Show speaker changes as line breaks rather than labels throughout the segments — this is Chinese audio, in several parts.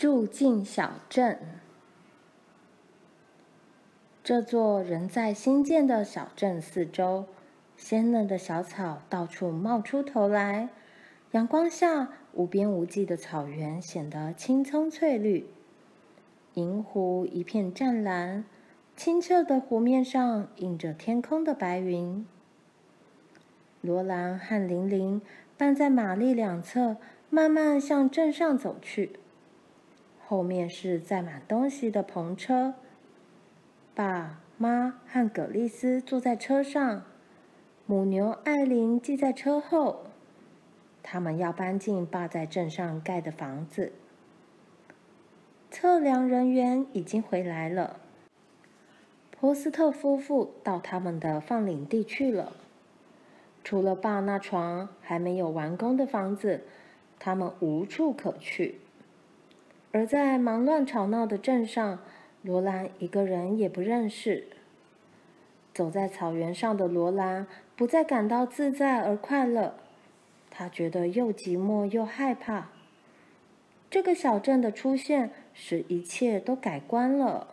住进小镇。这座仍在新建的小镇四周，鲜嫩的小草到处冒出头来，阳光下无边无际的草原显得青葱翠绿。银湖一片湛蓝，清澈的湖面上映着天空的白云。罗兰和玲玲伴在马力两侧，慢慢向镇上走去。后面是载满东西的篷车，爸妈和葛丽丝坐在车上，母牛艾琳系在车后。他们要搬进爸在镇上盖的房子。测量人员已经回来了，波斯特夫妇到他们的放领地去了。除了爸那床还没有完工的房子，他们无处可去。而在忙乱吵闹的镇上，罗兰一个人也不认识。走在草原上的罗兰不再感到自在而快乐，他觉得又寂寞又害怕。这个小镇的出现使一切都改观了。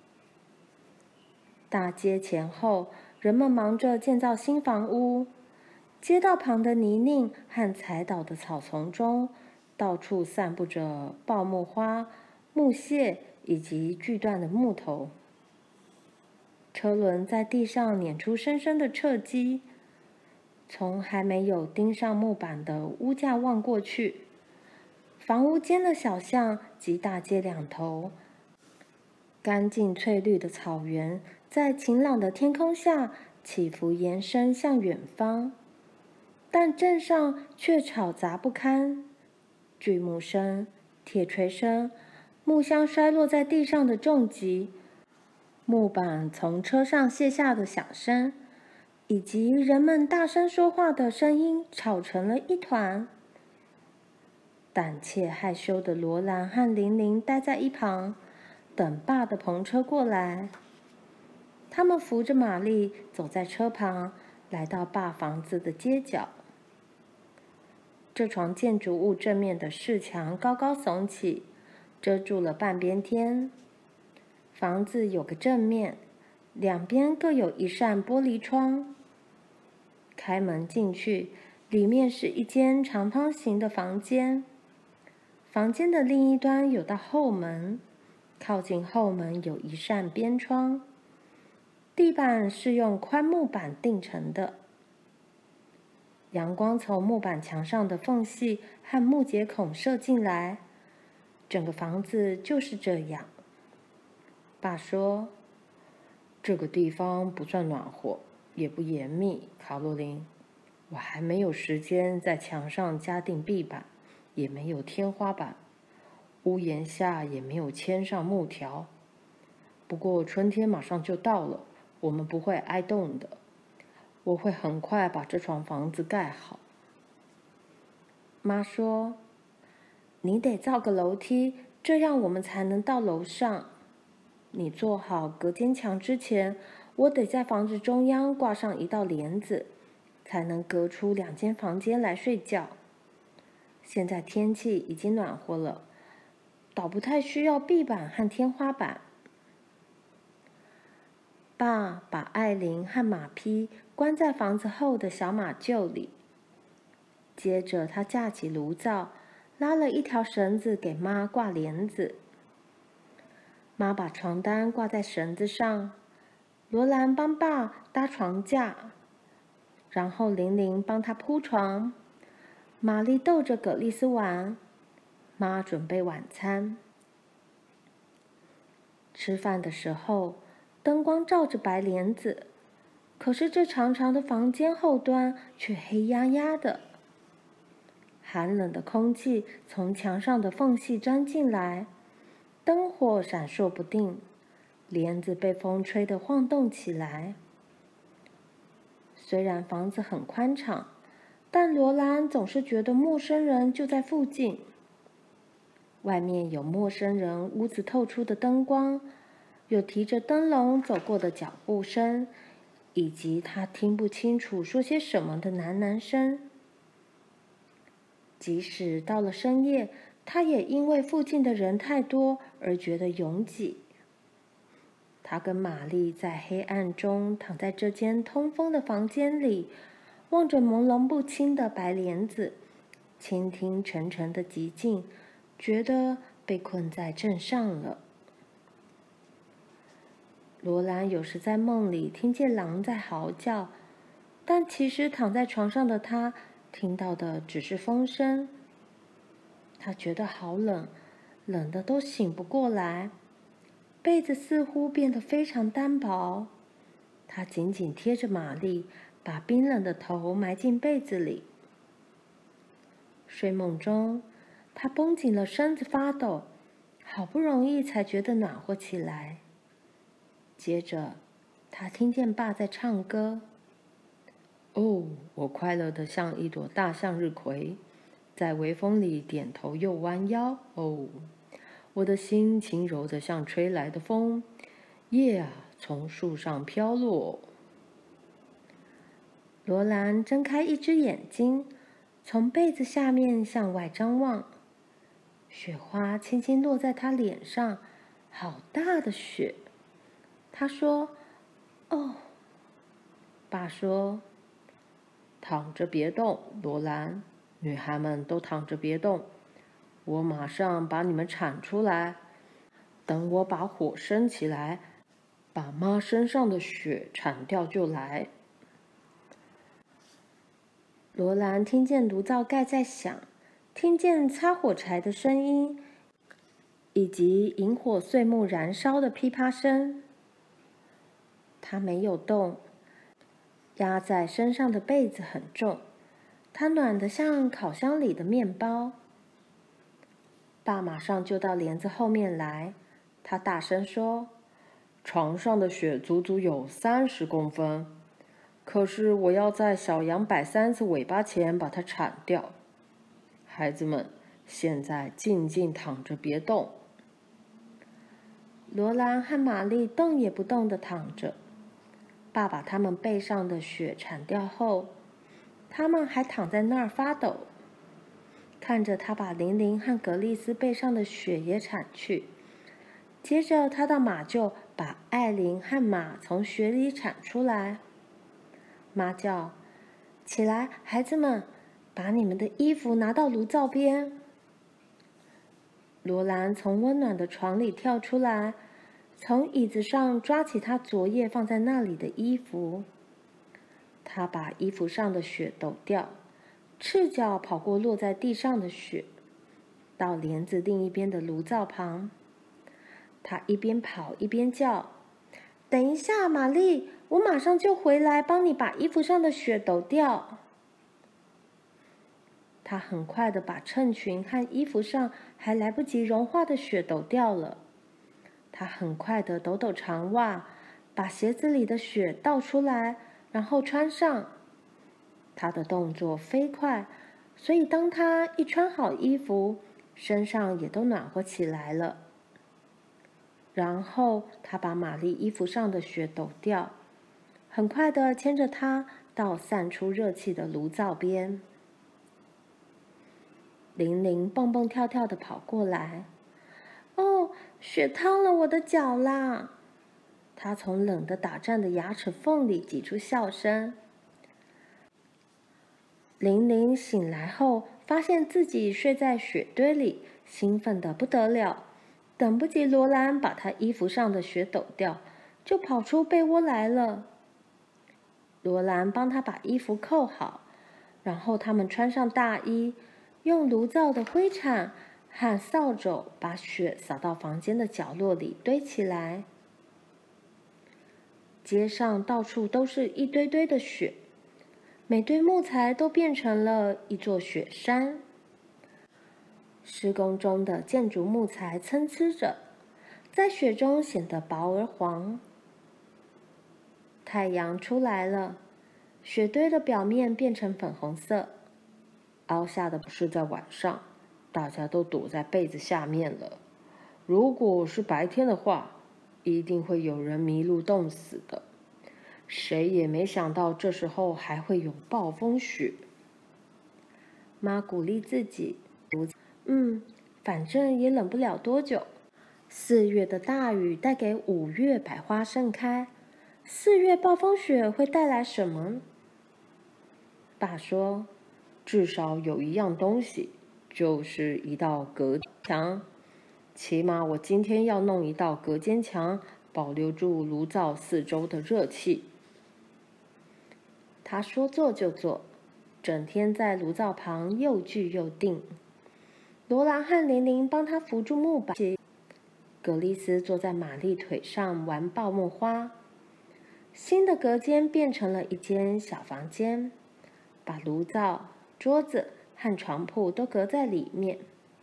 大街前后，人们忙着建造新房屋。街道旁的泥泞和踩倒的草丛中，到处散布着爆木花、木屑以及锯断的木头。车轮在地上碾出深深的侧击。从还没有钉上木板的屋架望过去，房屋间的小巷及大街两头，干净翠绿的草原在晴朗的天空下起伏延伸向远方。但镇上却吵杂不堪，锯木声、铁锤声、木箱摔落在地上的重击、木板从车上卸下的响声，以及人们大声说话的声音吵成了一团。胆怯害羞的罗兰和玲玲待在一旁，等爸的篷车过来。他们扶着马力走在车旁，来到爸房子的街角。这幢建筑物正面的饰墙高高耸起，遮住了半边天。房子有个正面，两边各有一扇玻璃窗。开门进去，里面是一间长方形的房间。房间的另一端有道后门，靠近后门有一扇边窗。地板是用宽木板钉成的。阳光从木板墙上的缝隙和木结孔射进来，整个房子就是这样。爸说：“这个地方不算暖和，也不严密，卡洛琳。我还没有时间在墙上加钉壁板，也没有天花板，屋檐下也没有牵上木条。不过春天马上就到了，我们不会挨冻的。我会很快把这幢房子盖好。”妈说：“你得造个楼梯，这样我们才能到楼上。你做好隔间墙之前，我得在房子中央挂上一道帘子，才能隔出两间房间来睡觉。现在天气已经暖和了，倒不太需要壁板和天花板。”爸把艾琳和马匹关在房子后的小马厩里。接着他架起炉灶，拉了一条绳子给妈挂帘子。妈把床单挂在绳子上，罗兰帮爸搭床架，然后玲玲帮他铺床。玛丽逗着葛丽丝玩，妈准备晚餐。吃饭的时候，灯光照着白帘子，可是这长长的房间后端却黑压压的。寒冷的空气从墙上的缝隙钻进来，灯火闪烁不定，帘子被风吹得晃动起来。虽然房子很宽敞，但罗兰总是觉得陌生人就在附近。外面有陌生人屋子透出的灯光，有提着灯笼走过的脚步声，以及他听不清楚说些什么的喃喃声。即使到了深夜， 他也因为附近的人太多而觉得拥挤。他跟玛丽在黑暗中躺在这间通风的房间里，望着朦胧不清的白帘子，倾听沉沉的寂静，觉得被困在镇上了。罗兰有时在梦里听见狼在嚎叫，但其实躺在床上的他听到的只是风声。他觉得好冷，冷得都醒不过来。被子似乎变得非常单薄，他紧紧贴着玛丽，把冰冷的头埋进被子里。睡梦中，他绷紧了身子发抖，好不容易才觉得暖和起来。接着，他听见爸在唱歌。哦，我快乐得像一朵大向日葵，在微风里点头又弯腰。哦，我的心轻柔得像吹来的风，叶啊从树上飘落。罗兰睁开一只眼睛，从被子下面向外张望。雪花轻轻落在他脸上，好大的雪。他说：“哦。”爸说：“躺着别动，罗兰。女孩们都躺着别动。我马上把你们铲出来。等我把火升起来，把妈身上的雪铲掉就来。”罗兰听见炉灶盖在响，听见擦火柴的声音，以及引火碎木燃烧的噼啪声。他没有动，压在身上的被子很重，它暖得像烤箱里的面包。爸马上就到帘子后面来，他大声说：“床上的雪足足有30公分，可是我要在小羊摆3次尾巴前把它铲掉。孩子们，现在静静躺着别动。”罗兰和玛丽动也不动地躺着。爸把他们背上的雪铲掉后，他们还躺在那儿发抖，看着他把玲玲和格丽斯背上的雪也铲去。接着他到马厩把艾琳和马从雪里铲出来。妈叫：“起来，孩子们，把你们的衣服拿到炉灶边。”罗兰从温暖的床里跳出来，从椅子上抓起他昨夜放在那里的衣服。他把衣服上的雪抖掉，赤脚跑过落在地上的雪，到帘子另一边的炉灶旁。他一边跑一边叫：“等一下，玛丽，我马上就回来帮你把衣服上的雪抖掉。”他很快地把衬裙和衣服上还来不及融化的雪抖掉了。他很快地抖抖长袜，把鞋子里的雪倒出来，然后穿上。他的动作飞快，所以当他一穿好衣服，身上也都暖和起来了。然后他把玛丽衣服上的雪抖掉，很快地牵着她到散出热气的炉灶边。玲玲蹦蹦跳跳地跑过来。“哦，雪烫了我的脚啦！”她从冷得打颤的牙齿缝里挤出笑声。玲玲醒来后，发现自己睡在雪堆里，兴奋得不得了，等不及罗兰把她衣服上的雪抖掉，就跑出被窝来了。罗兰帮她把衣服扣好，然后他们穿上大衣，用炉灶的灰铲和扫帚把雪扫到房间的角落里堆起来。街上到处都是一堆堆的雪，每堆木材都变成了一座雪山。施工中的建筑木材参差着，在雪中显得薄而黄。太阳出来了，雪堆的表面变成粉红色。凹下的是在晚上，大家都躲在被子下面了。如果是白天的话，一定会有人迷路冻死的。谁也没想到这时候还会有暴风雪。妈鼓励自己：“反反正也冷不了多久。4月的大雨带给5月百花盛开，4月暴风雪会带来什么？爸说，至少有一样东西，就是一道隔墙。起码我今天要弄一道隔间墙，保留住炉灶四周的热气。他说做就做，整天在炉灶旁又锯又钉。罗兰和玲玲帮他扶住木板，格丽斯坐在玛丽腿上玩爆木花。新的隔间变成了一间小房间，把炉灶、桌子和床铺都隔在里面。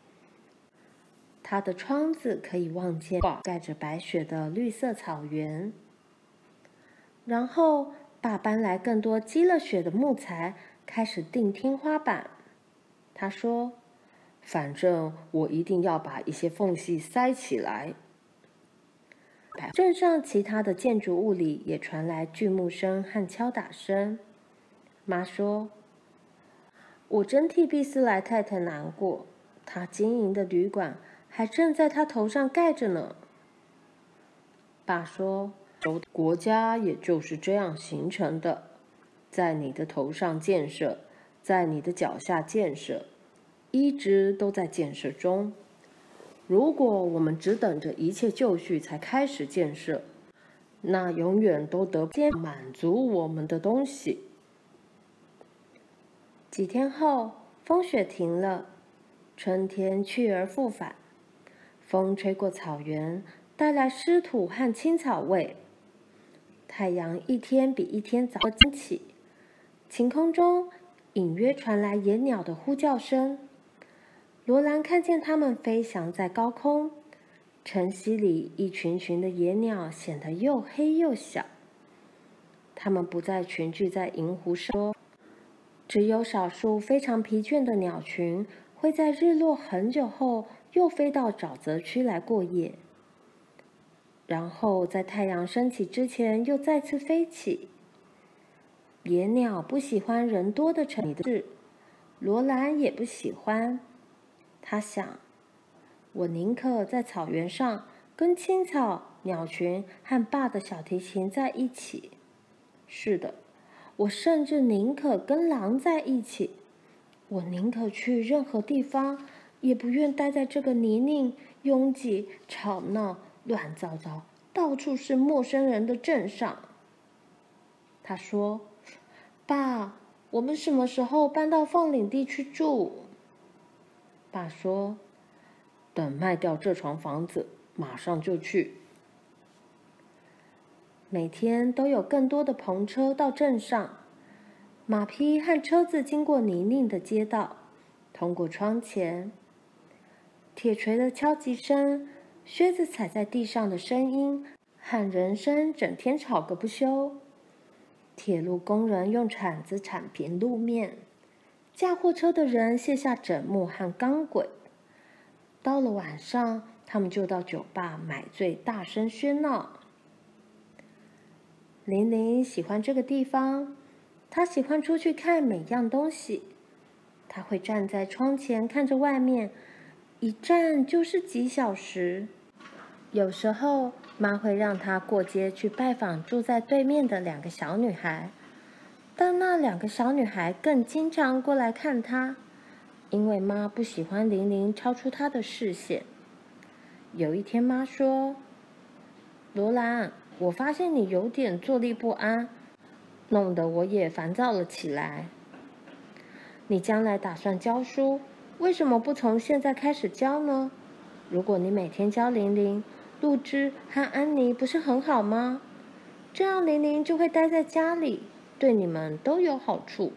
它的窗子可以望见盖着白雪的绿色草原。然后爸搬来更多积了雪的木材，开始钉天花板。他说，反正我一定要把一些缝隙塞起来。镇上其他的建筑物里也传来锯木声和敲打声。妈说，我真替毕斯莱太太难过，她经营的旅馆还正在她头上盖着呢。爸说，国家也就是这样形成的，在你的头上建设，在你的脚下建设，一直都在建设中。如果我们只等着一切就绪才开始建设，那永远都得不满足我们的东西。几天后，风雪停了，春天去而复返。风吹过草原，带来湿土和青草味。太阳一天比一天早起，晴空中隐约传来野鸟的呼叫声。罗兰看见它们飞翔在高空，晨曦里一群群的野鸟显得又黑又小。它们不再群聚在银湖上，只有少数非常疲倦的鸟群会在日落很久后又飞到沼泽区来过夜，然后在太阳升起之前又再次飞起。野鸟不喜欢人多的城市，罗兰也不喜欢。他想，我宁可在草原上跟青草、鸟群和爸的小提琴在一起。是的，我甚至宁可跟狼在一起。我宁可去任何地方，也不愿待在这个泥泞、拥挤、吵闹、乱糟糟、到处是陌生人的镇上。他说，爸，我们什么时候搬到凤岭地去住？爸说，等卖掉这床房子，马上就去。每天都有更多的篷车到镇上，马匹和车子经过泥泞的街道，通过窗前。铁锤的敲击声，靴子踩在地上的声音，和人声整天吵个不休。铁路工人用铲子铲平路面，驾货车的人卸下枕木和钢轨。到了晚上，他们就到酒吧买醉，大声喧闹。玲玲喜欢这个地方，她喜欢出去看每样东西。她会站在窗前看着外面，一站就是几小时。有时候，妈会让她过街去拜访住在对面的2个小女孩，但那2个小女孩更经常过来看她，因为妈不喜欢玲玲超出她的视线。有一天，妈说：“罗兰，我发现你有点坐立不安，弄得我也烦躁了起来。你将来打算教书，为什么不从现在开始教呢？如果你每天教玲玲，露芝和安妮不是很好吗？这样玲玲就会待在家里，对你们都有好处。”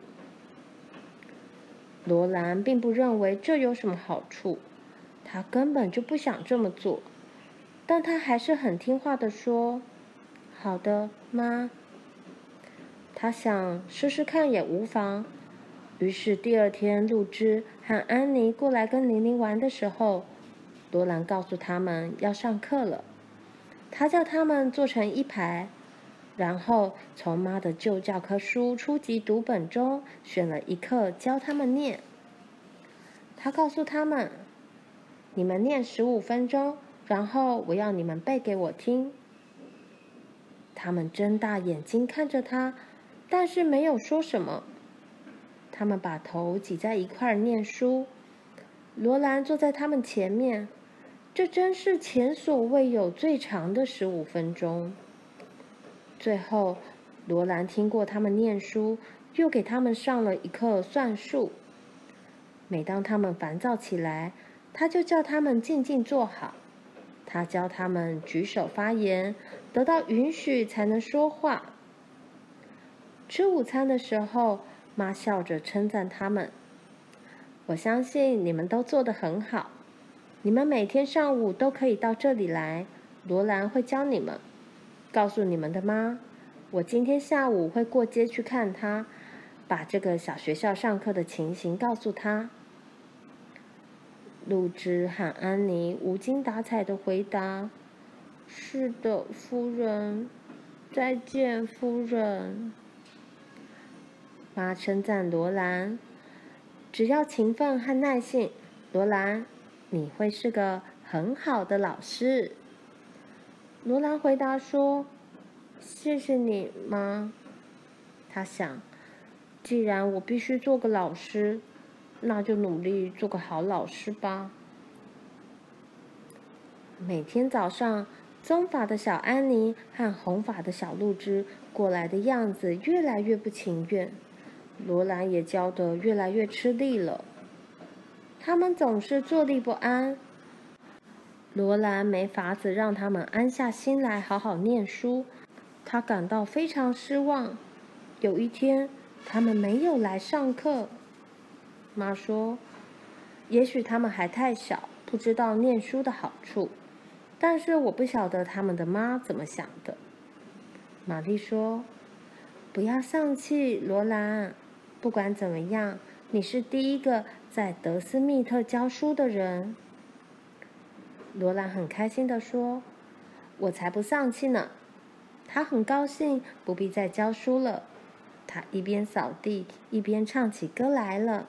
罗兰并不认为这有什么好处，他根本就不想这么做，但他还是很听话地说：“好的，妈。”他想试试看也无妨。于是第2天，露芝和安妮过来跟玲玲玩的时候，罗兰告诉他们要上课了。他叫他们坐成一排，然后从妈的旧教科书初级读本中选了一课教他们念。他告诉他们， 你们念15分钟，然后我要你们背给我听。”他们睁大眼睛看着他，但是没有说什么。他们把头挤在一块念书。罗兰坐在他们前面，这真是前所未有最长的15分钟。最后，罗兰听过他们念书，又给他们上了一课算术。每当他们烦躁起来，他就叫他们静静坐好。他教他们举手发言，得到允许才能说话。吃午餐的时候，妈笑着称赞他们：“我相信你们都做得很好。你们每天上午都可以到这里来，罗兰会教你们。告诉你们的妈，我今天下午会过街去看她，把这个小学校上课的情形告诉她。”露芝和安妮无精打采地回答：“是的，夫人。再见，夫人。”妈称赞罗兰：“只要勤奋和耐性，罗兰，你会是个很好的老师。”罗兰回答说：“谢谢你，妈。”他想，既然我必须做个老师，那就努力做个好老师吧。每天早上，棕发的小安妮和红发的小露芝过来的样子越来越不情愿，罗兰也教得越来越吃力了。他们总是坐立不安，罗兰没法子让他们安下心来好好念书，他感到非常失望。有一天，他们没有来上课。妈说：“也许他们还太小，不知道念书的好处。但是我不晓得他们的妈怎么想的。”玛丽说：“不要丧气，罗兰。不管怎么样，你是第一个在德斯密特教书的人。”罗兰很开心地说：“我才不丧气呢。”他很高兴不必再教书了。他一边扫地，一边唱起歌来了。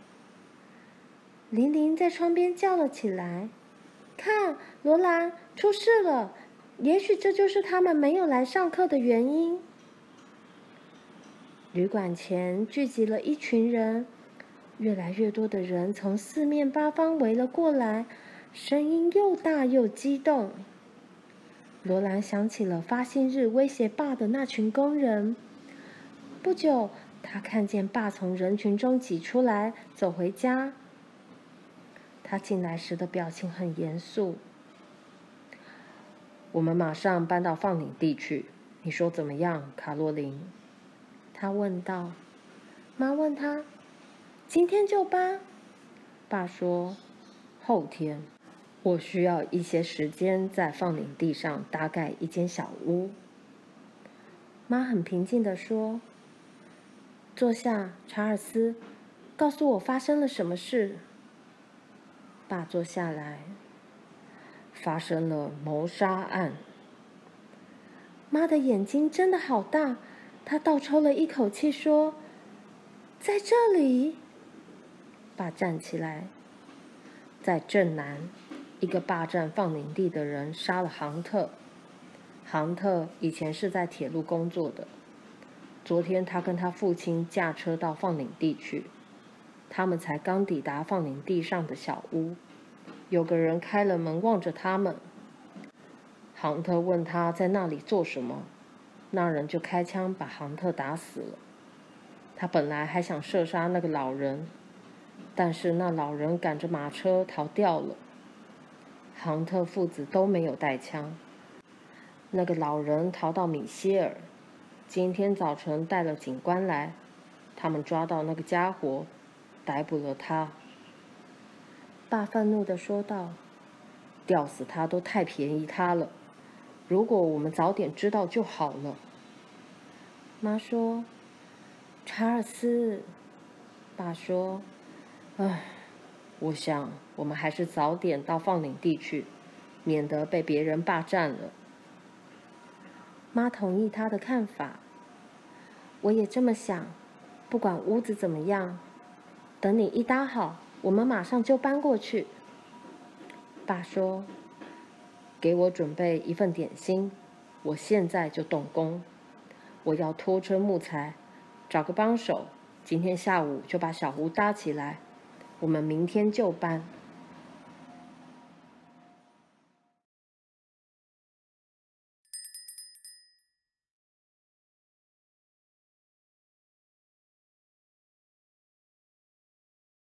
玲玲在窗边叫了起来：“看，罗兰，出事了！也许这就是他们没有来上课的原因。”旅馆前聚集了一群人，越来越多的人从四面八方围了过来，声音又大又激动。罗兰想起了发薪日威胁爸的那群工人。不久，他看见爸从人群中挤出来，走回家。他进来时的表情很严肃。“我们马上搬到放领地去，你说怎么样，卡洛琳？”他问道。妈问他：“今天就搬？”爸说：“后天。我需要一些时间在放领地上搭盖一间小屋。”妈很平静地说：“坐下，查尔斯，告诉我发生了什么事。”爸坐下来。“发生了谋杀案。”妈的眼睛真的好大，她倒抽了一口气说：“在这里？”爸站起来。“在镇南，一个霸占放领地的人杀了杭特。杭特以前是在铁路工作的。昨天他跟他父亲驾车到放领地去，他们才刚抵达放领地上的小屋，有个人开了门望着他们。杭特问他在那里做什么，那人就开枪把杭特打死了。他本来还想射杀那个老人，但是那老人赶着马车逃掉了。杭特父子都没有带枪。那个老人逃到米歇尔，今天早晨带了警官来，他们抓到那个家伙，逮捕了他。”爸愤怒地说道：“吊死他都太便宜他了，如果我们早点知道就好了。”妈说：“查尔斯。”爸说：“唉，我想我们还是早点到放领地去，免得被别人霸占了。”妈同意他的看法。“我也这么想，不管屋子怎么样，等你一搭好，我们马上就搬过去。” 爸说：“给我准备一份点心，我现在就动工。我要拖车木材，找个帮手，今天下午就把小屋搭起来。我们明天就搬。”